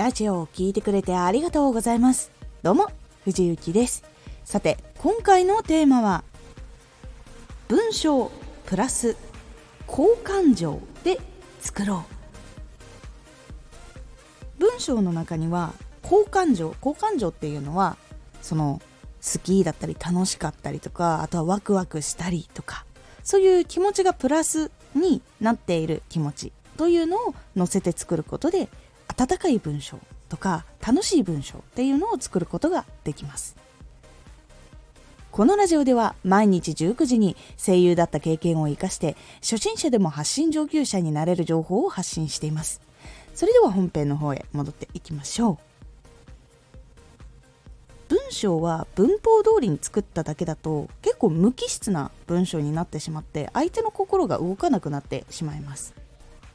ラジオを聞いてくれてありがとうございます。どうも藤幸です。さて今回のテーマは文章プラス好感情で作ろう。文章の中には好感情っていうのはその好きだったり楽しかったりとか、あとはワクワクしたりとか、そういう気持ちがプラスになっている気持ちというのを乗せて作ることで、温かい文章とか楽しい文章っていうのを作ることができます。このラジオでは毎日19時に声優だった経験を生かして初心者でも発信上級者になれる情報を発信しています。それでは本編の方へ戻っていきましょう。文章は文法通りに作っただけだと結構無機質な文章になってしまって相手の心が動かなくなってしまいます。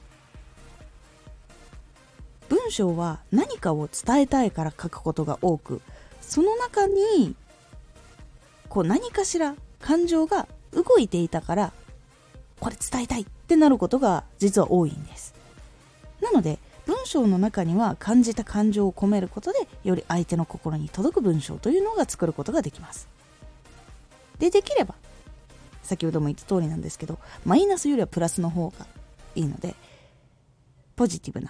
文章は何かを伝えたいから書くことが多く、その中に何かしら感情が動いていたからこれ伝えたいってなることが実は多いんです。なので文章の中には感じた感情を込めることでより相手の心に届く文章というのが作ることができます。できれば先ほども言った通りなんですけど、マイナスよりはプラスの方がいいので、ポジティブな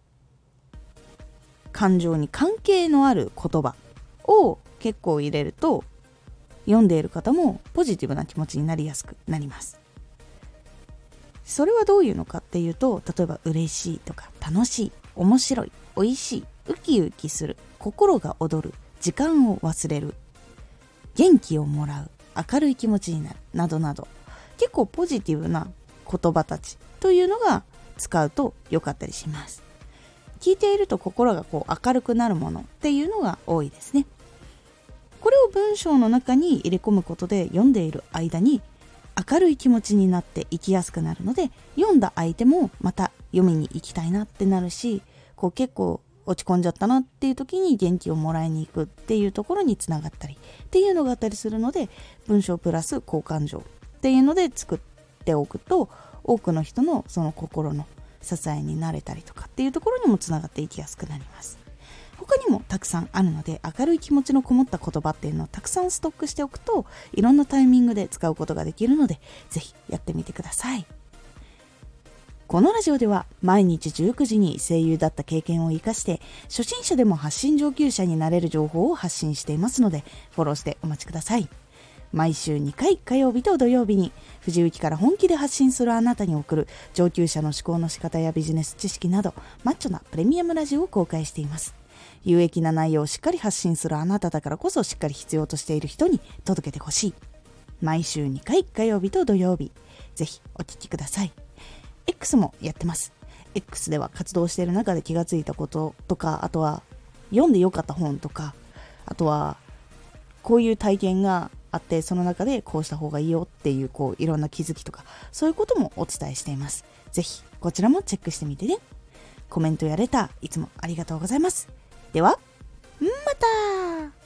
感情に関係のある言葉を結構入れると読んでいる方もポジティブな気持ちになりやすくなります。それはどういうのかっていうと、例えば嬉しいとか楽しい、面白い、美味しい、ウキウキする、心が躍る、時間を忘れる、元気をもらう、明るい気持ちになるなどなど、結構ポジティブな言葉たちというのが使うと良かったりします。聞いていると心が明るくなるものっていうのが多いですね。これを文章の中に入れ込むことで読んでいる間に明るい気持ちになって生きやすくなるので、読んだ相手もまた読みに行きたいなってなるし、結構落ち込んじゃったなっていう時に元気をもらいに行くっていうところにつながったりっていうのがあったりするので、文章プラス好感情っていうので作っておくと多くの人のその心の支えになれたりとかっていうところにもつながっていきやすくなります。他にもたくさんあるので、明るい気持ちのこもった言葉っていうのをたくさんストックしておくといろんなタイミングで使うことができるので、ぜひやってみてください。このラジオでは毎日19時に声優だった経験を生かして初心者でも発信上級者になれる情報を発信していますので、フォローしてお待ちください。毎週2回、火曜日と土曜日に藤雪から本気で発信するあなたに送る上級者の思考の仕方やビジネス知識などマッチョなプレミアムラジオを公開しています。有益な内容をしっかり発信するあなただからこそしっかり必要としている人に届けてほしい。毎週2回、火曜日と土曜日、ぜひお聞きください。 X もやってます。 X では活動している中で気がついたこととか、あとは読んでよかった本とか、あとはこういう体験があってその中でこうした方がいいよっていういろんな気づきとか、そういうこともお伝えしています。ぜひこちらもチェックしてみてね。コメントやレターいつもありがとうございます。ではまた。